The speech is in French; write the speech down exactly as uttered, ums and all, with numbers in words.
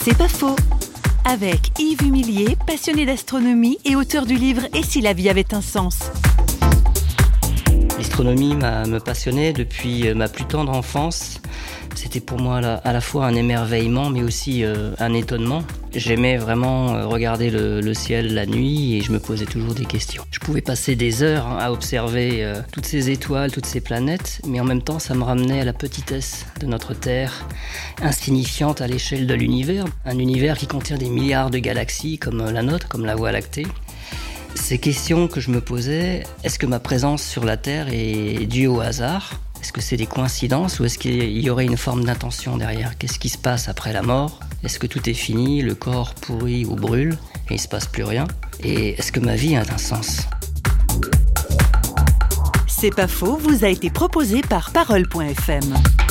C'est pas faux. Avec Yves Humilié, passionné d'astronomie et auteur du livre « Et si la vie avait un sens ?» L'astronomie m'a me passionnait depuis ma plus tendre enfance. C'était pour moi à la, à la fois un émerveillement, mais aussi euh, un étonnement. J'aimais vraiment regarder le, le ciel la nuit et je me posais toujours des questions. Je pouvais passer des heures à observer euh, toutes ces étoiles, toutes ces planètes, mais en même temps, ça me ramenait à la petitesse de notre Terre, insignifiante à l'échelle de l'univers. Un univers qui contient des milliards de galaxies comme la nôtre, comme la Voie lactée. Ces questions que je me posais, est-ce que ma présence sur la Terre est due au hasard ? Est-ce que c'est des coïncidences ou est-ce qu'il y aurait une forme d'intention derrière ? Qu'est-ce qui se passe après la mort ? Est-ce que tout est fini, le corps pourrit ou brûle et il ne se passe plus rien ? Et est-ce que ma vie a un sens ? C'est pas faux, vous a été proposé par Parole point F M.